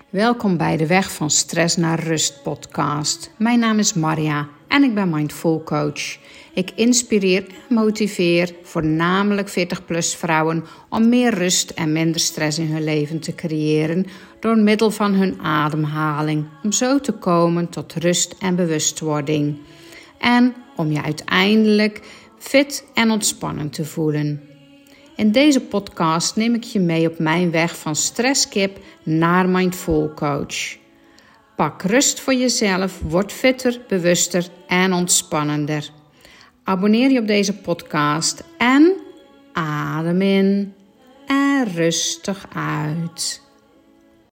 Welkom bij de Weg van Stress naar Rust podcast. Mijn naam is Marja en ik ben Mindful Coach. Ik inspireer en motiveer voornamelijk 40-plus vrouwen om meer rust en minder stress in hun leven te creëren door middel van hun ademhaling, om zo te komen tot rust en bewustwording. En om je uiteindelijk fit en ontspannen te voelen. In deze podcast neem ik je mee op mijn weg van stresskip naar Mindful Coach. Pak rust voor jezelf, word fitter, bewuster en ontspannender. Abonneer je op deze podcast en adem in en rustig uit.